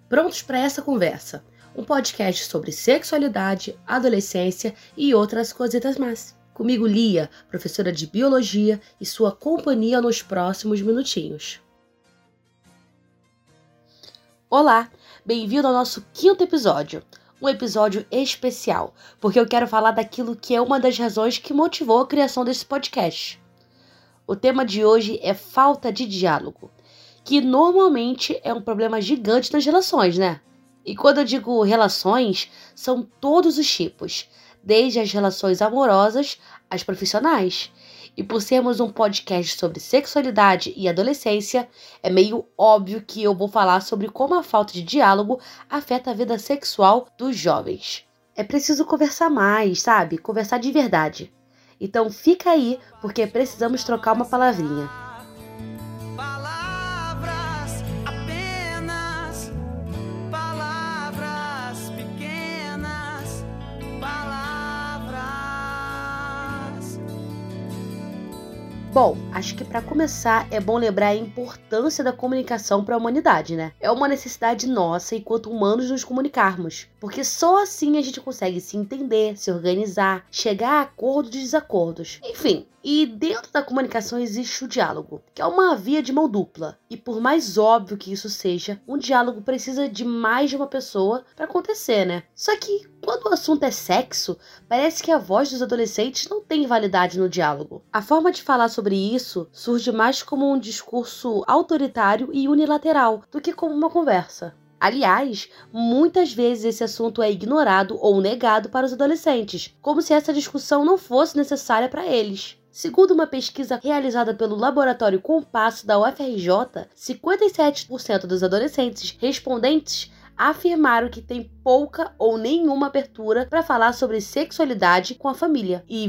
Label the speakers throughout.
Speaker 1: Prontos para essa conversa? Um podcast sobre sexualidade, adolescência e outras cositas mais. Comigo, Lia, professora de biologia, e sua companhia nos próximos minutinhos. Olá, bem-vindo ao nosso 5º episódio. Um episódio especial, porque eu quero falar daquilo que é uma das razões que motivou a criação desse podcast. O tema de hoje é falta de diálogo, que normalmente é um problema gigante nas relações, né? E quando eu digo relações, são todos os tipos, desde as relações amorosas às profissionais. E por sermos um podcast sobre sexualidade e adolescência, é meio óbvio que eu vou falar sobre como a falta de diálogo afeta a vida sexual dos jovens. É preciso conversar mais, sabe? Conversar de verdade. Então fica aí, porque precisamos trocar uma palavrinha. Bom, acho que para começar é bom lembrar a importância da comunicação para a humanidade, né? É uma necessidade nossa enquanto humanos nos comunicarmos, porque só assim a gente consegue se entender, se organizar, chegar a acordos e desacordos. Enfim, e dentro da comunicação existe o diálogo, que é uma via de mão dupla. E por mais óbvio que isso seja, um diálogo precisa de mais de uma pessoa para acontecer, né? Só que quando o assunto é sexo, parece que a voz dos adolescentes não tem validade no diálogo. A forma de falar sobre isso surge mais como um discurso autoritário e unilateral do que como uma conversa. Aliás, muitas vezes esse assunto é ignorado ou negado para os adolescentes, como se essa discussão não fosse necessária para eles. Segundo uma pesquisa realizada pelo Laboratório Compasso da UFRJ, 57% dos adolescentes respondentes afirmaram que tem pouca ou nenhuma abertura para falar sobre sexualidade com a família. E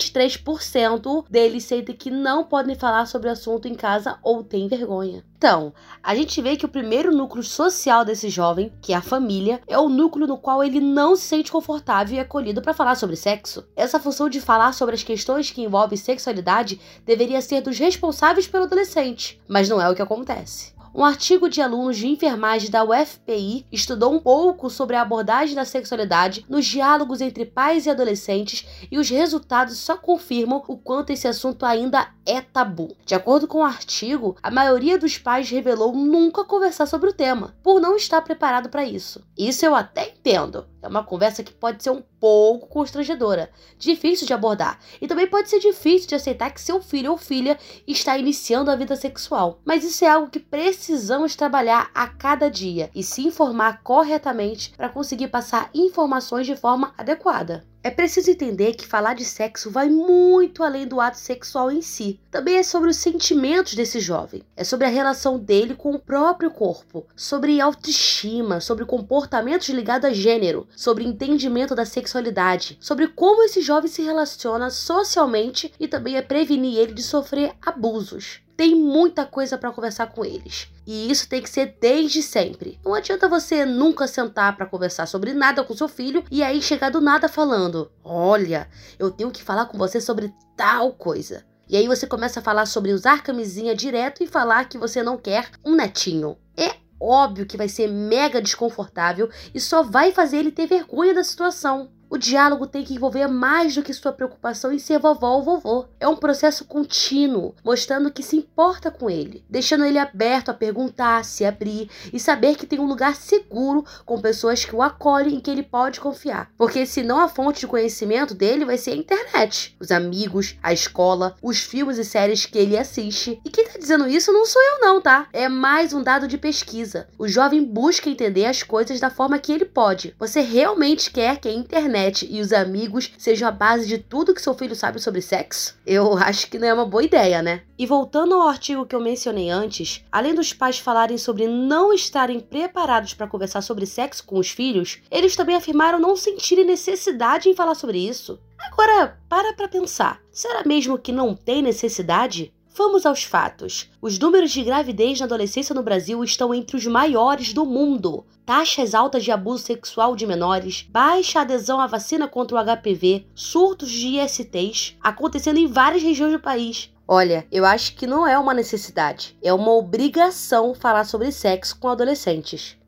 Speaker 1: 23% deles sentem que não podem falar sobre o assunto em casa ou têm vergonha. Então, a gente vê que o primeiro núcleo social desse jovem, que é a família, é o núcleo no qual ele não se sente confortável e acolhido para falar sobre sexo. Essa função de falar sobre as questões que envolvem sexualidade deveria ser dos responsáveis pelo adolescente, mas não é o que acontece. Um artigo de alunos de enfermagem da UFPI estudou um pouco sobre a abordagem da sexualidade nos diálogos entre pais e adolescentes e os resultados só confirmam o quanto esse assunto ainda é tabu. De acordo com o artigo, a maioria dos pais revelou nunca conversar sobre o tema, por não estar preparado para isso. Isso eu até entendo. É uma conversa que pode ser um pouco constrangedora, difícil de abordar, e também pode ser difícil de aceitar que seu filho ou filha está iniciando a vida sexual. Mas isso é algo que precisamos trabalhar a cada dia e se informar corretamente para conseguir passar informações de forma adequada. É preciso entender que falar de sexo vai muito além do ato sexual em si. Também é sobre os sentimentos desse jovem. É sobre a relação dele com o próprio corpo, sobre autoestima, sobre comportamentos ligados a gênero, sobre entendimento da sexualidade, sobre como esse jovem se relaciona socialmente e também é prevenir ele de sofrer abusos. Tem muita coisa para conversar com eles. E isso tem que ser desde sempre. Não adianta você nunca sentar para conversar sobre nada com seu filho e aí chegar do nada falando: olha, eu tenho que falar com você sobre tal coisa. E aí você começa a falar sobre usar camisinha direto e falar que você não quer um netinho. É óbvio que vai ser mega desconfortável e só vai fazer ele ter vergonha da situação. O diálogo tem que envolver mais do que sua preocupação em ser vovó ou vovô. É um processo contínuo, mostrando que se importa com ele, deixando ele aberto a perguntar, se abrir e saber que tem um lugar seguro com pessoas que o acolhem e que ele pode confiar. Porque senão a fonte de conhecimento dele vai ser a internet, os amigos, a escola, os filmes e séries que ele assiste. E quem tá dizendo isso não sou eu não, tá? É mais um dado de pesquisa. O jovem busca entender as coisas da forma que ele pode. Você realmente quer que a internet e os amigos sejam a base de tudo que seu filho sabe sobre sexo? Eu acho que não é uma boa ideia, né? E voltando ao artigo que eu mencionei antes, além dos pais falarem sobre não estarem preparados para conversar sobre sexo com os filhos, eles também afirmaram não sentirem necessidade em falar sobre isso. Agora, para pensar, será mesmo que não tem necessidade? Vamos aos fatos. Os números de gravidez na adolescência no Brasil estão entre os maiores do mundo. Taxas altas de abuso sexual de menores, baixa adesão à vacina contra o HPV, surtos de ISTs acontecendo em várias regiões do país. Olha, eu acho que não é uma necessidade, é uma obrigação falar sobre sexo com adolescentes.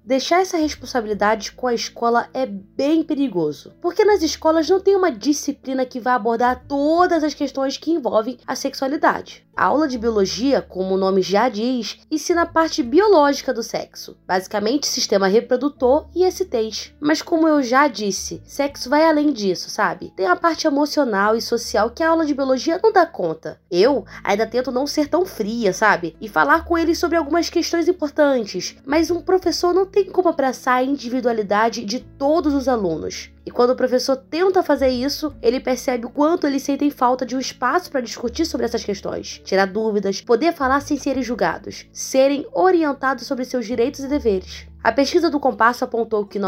Speaker 1: Deixar essa responsabilidade com a escola é bem perigoso, porque nas escolas não tem uma disciplina que vai abordar todas as questões que envolvem a sexualidade. A aula de biologia, como o nome já diz, ensina a parte biológica do sexo, basicamente sistema reprodutor e STs. Mas como eu já disse, sexo vai além disso, sabe? Tem a parte emocional e social que a aula de biologia não dá conta. Eu ainda tento não ser tão fria, sabe? E falar com eles sobre algumas questões importantes, mas um professor não tem como abraçar a individualidade de todos os alunos. E quando o professor tenta fazer isso, ele percebe o quanto eles sentem falta de um espaço para discutir sobre essas questões, tirar dúvidas, poder falar sem serem julgados, serem orientados sobre seus direitos e deveres. A pesquisa do Compasso apontou que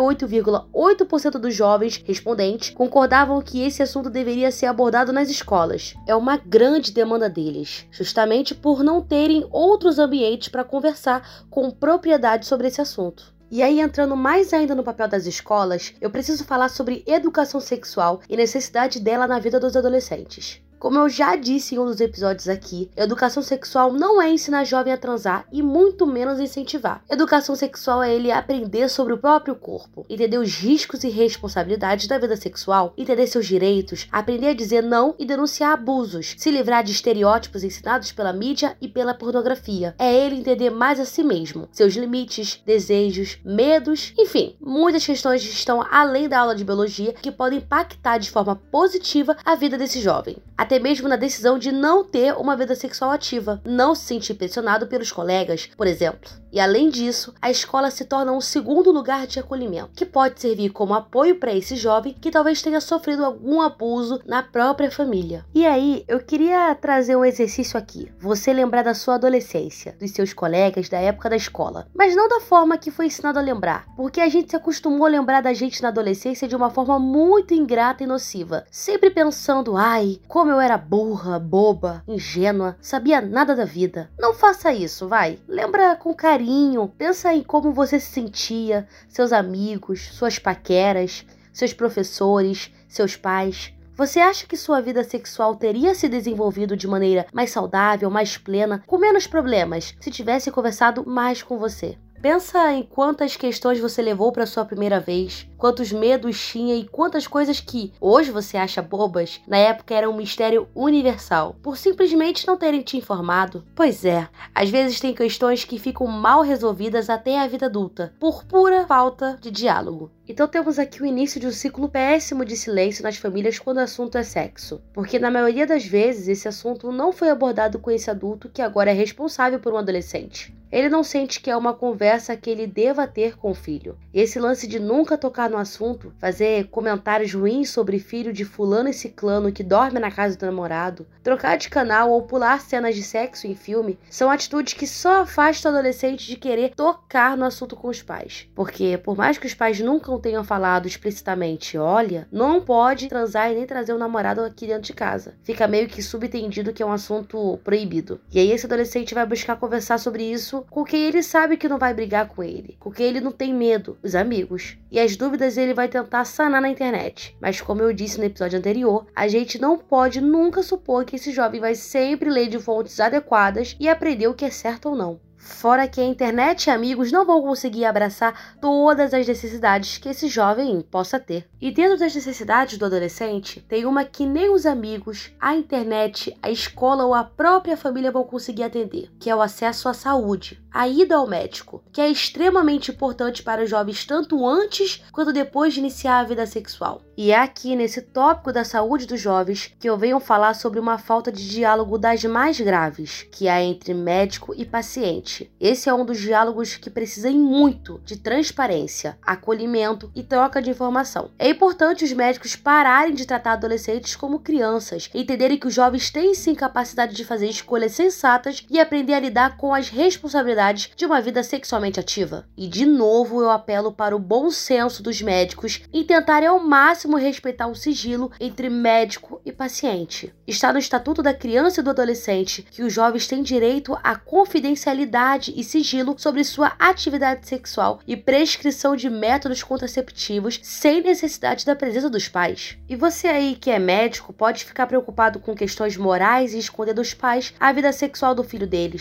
Speaker 1: 98,8% dos jovens respondentes concordavam que esse assunto deveria ser abordado nas escolas. É uma grande demanda deles, justamente por não terem outros ambientes para conversar com propriedade sobre esse assunto. E aí, entrando mais ainda no papel das escolas, eu preciso falar sobre educação sexual e necessidade dela na vida dos adolescentes. Como eu já disse em um dos episódios aqui, educação sexual não é ensinar jovem a transar e muito menos incentivar. Educação sexual é ele aprender sobre o próprio corpo, entender os riscos e responsabilidades da vida sexual, entender seus direitos, aprender a dizer não e denunciar abusos, se livrar de estereótipos ensinados pela mídia e pela pornografia. É ele entender mais a si mesmo, seus limites, desejos, medos, enfim, muitas questões estão além da aula de biologia que podem impactar de forma positiva a vida desse jovem. Até mesmo na decisão de não ter uma vida sexual ativa, não se sentir pressionado pelos colegas, por exemplo. E além disso, a escola se torna um segundo lugar de acolhimento, que pode servir como apoio para esse jovem que talvez tenha sofrido algum abuso na própria família. E aí, eu queria trazer um exercício aqui. Você lembrar da sua adolescência, dos seus colegas da época da escola, mas não da forma que foi ensinado a lembrar, porque a gente se acostumou a lembrar da gente na adolescência de uma forma muito ingrata e nociva, sempre pensando, ai, como eu era burra, boba, ingênua, sabia nada da vida. Não faça isso, vai. Lembra com carinho, pensa em como você se sentia, seus amigos, suas paqueras, seus professores, seus pais. Você acha que sua vida sexual teria se desenvolvido de maneira mais saudável, mais plena, com menos problemas, se tivesse conversado mais com você? Pensa em quantas questões você levou para sua primeira vez, quantos medos tinha e quantas coisas que hoje você acha bobas, na época era um mistério universal, por simplesmente não terem te informado. Pois é, às vezes tem questões que ficam mal resolvidas até a vida adulta, por pura falta de diálogo. Então temos aqui o início de um ciclo péssimo de silêncio nas famílias quando o assunto é sexo, porque na maioria das vezes esse assunto não foi abordado com esse adulto que agora é responsável por um adolescente. Ele não sente que é uma conversa que ele deva ter com o filho. Esse lance de nunca tocar no assunto, fazer comentários ruins sobre filho de fulano e ciclano que dorme na casa do namorado, trocar de canal ou pular cenas de sexo em filme, são atitudes que só afastam o adolescente de querer tocar no assunto com os pais. Porque, por mais que os pais nunca tenham falado explicitamente, olha, não pode transar e nem trazer o namorado aqui dentro de casa. Fica meio que subentendido que é um assunto proibido. E aí esse adolescente vai buscar conversar sobre isso com quem ele sabe que não vai brigar com ele, com quem ele não tem medo, os amigos. E as dúvidas ele vai tentar sanar na internet. Mas como eu disse no episódio anterior, a gente não pode nunca supor que esse jovem vai sempre ler de fontes adequadas e aprender o que é certo ou não. Fora que a internet e amigos não vão conseguir abraçar todas as necessidades que esse jovem possa ter. E dentro das necessidades do adolescente, tem uma que nem os amigos, a internet, a escola ou a própria família vão conseguir atender, que é o acesso à saúde, a ida ao médico, que é extremamente importante para os jovens tanto antes quanto depois de iniciar a vida sexual. E é aqui nesse tópico da saúde dos jovens que eu venho falar sobre uma falta de diálogo das mais graves, que há entre médico e paciente. Esse é um dos diálogos que precisam muito de transparência, acolhimento e troca de informação. É importante os médicos pararem de tratar adolescentes como crianças, entenderem que os jovens têm sim capacidade de fazer escolhas sensatas e aprender a lidar com as responsabilidades de uma vida sexualmente ativa. E de novo eu apelo para o bom senso dos médicos em tentarem ao máximo respeitar o sigilo entre médico e paciente. Está no Estatuto da Criança e do Adolescente que os jovens têm direito à confidencialidade e sigilo sobre sua atividade sexual e prescrição de métodos contraceptivos sem necessidade da presença dos pais. E você aí que é médico pode ficar preocupado com questões morais e esconder dos pais a vida sexual do filho deles.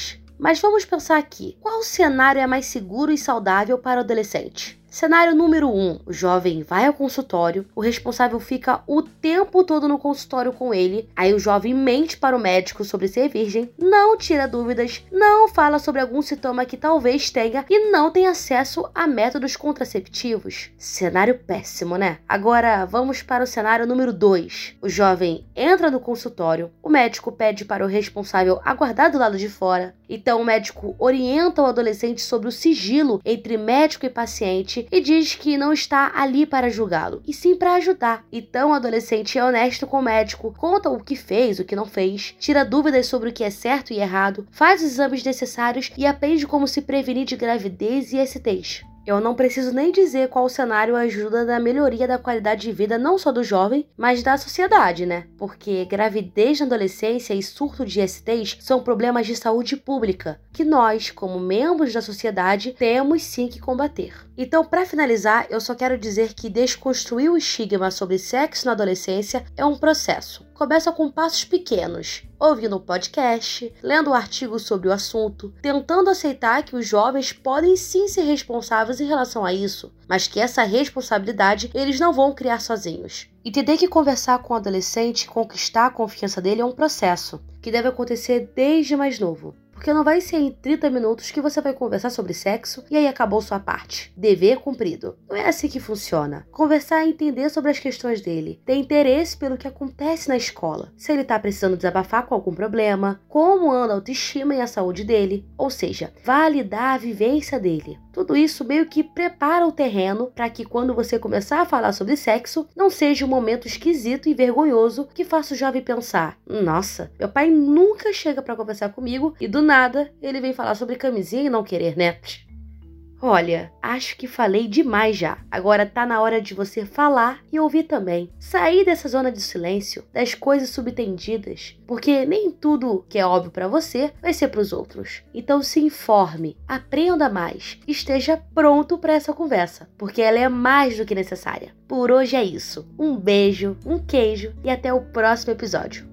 Speaker 1: Mas vamos pensar aqui, qual cenário é mais seguro e saudável para o adolescente? Cenário número 1, o jovem vai ao consultório, o responsável fica o tempo todo no consultório com ele, aí o jovem mente para o médico sobre ser virgem, não tira dúvidas, não fala sobre algum sintoma que talvez tenha e não tem acesso a métodos contraceptivos. Cenário péssimo, né? Agora vamos para o cenário número 2. O jovem entra no consultório, o médico pede para o responsável aguardar do lado de fora, então o médico orienta o adolescente sobre o sigilo entre médico e paciente e diz que não está ali para julgá-lo, e sim para ajudar. Então o adolescente é honesto com o médico, conta o que fez, o que não fez, tira dúvidas sobre o que é certo e errado, faz os exames necessários e aprende como se prevenir de gravidez e STs. Eu não preciso nem dizer qual cenário ajuda na melhoria da qualidade de vida não só do jovem, mas da sociedade, né? Porque gravidez na adolescência e surto de STs são problemas de saúde pública, que nós, como membros da sociedade, temos sim que combater. Então, para finalizar, eu só quero dizer que desconstruir o estigma sobre sexo na adolescência é um processo. Começa com passos pequenos, ouvindo um podcast, lendo um artigo sobre o assunto, tentando aceitar que os jovens podem sim ser responsáveis em relação a isso, mas que essa responsabilidade eles não vão criar sozinhos. Entender que conversar com o adolescente e conquistar a confiança dele é um processo, que deve acontecer desde mais novo. Porque não vai ser em 30 minutos que você vai conversar sobre sexo e aí acabou sua parte. Dever cumprido. Não é assim que funciona. Conversar é entender sobre as questões dele, ter interesse pelo que acontece na escola, se ele tá precisando desabafar com algum problema, como anda a autoestima e a saúde dele, ou seja, validar a vivência dele. Tudo isso meio que prepara o terreno para que quando você começar a falar sobre sexo, não seja um momento esquisito e vergonhoso que faça o jovem pensar: nossa, meu pai nunca chega para conversar comigo e do nada ele vem falar sobre camisinha e não querer, né? Olha, acho que falei demais já. Agora tá na hora de você falar e ouvir também. Sair dessa zona de silêncio, das coisas subtendidas, porque nem tudo que é óbvio pra você vai ser pros outros. Então se informe, aprenda mais, esteja pronto pra essa conversa, porque ela é mais do que necessária. Por hoje é isso. Um beijo, um queijo e até o próximo episódio.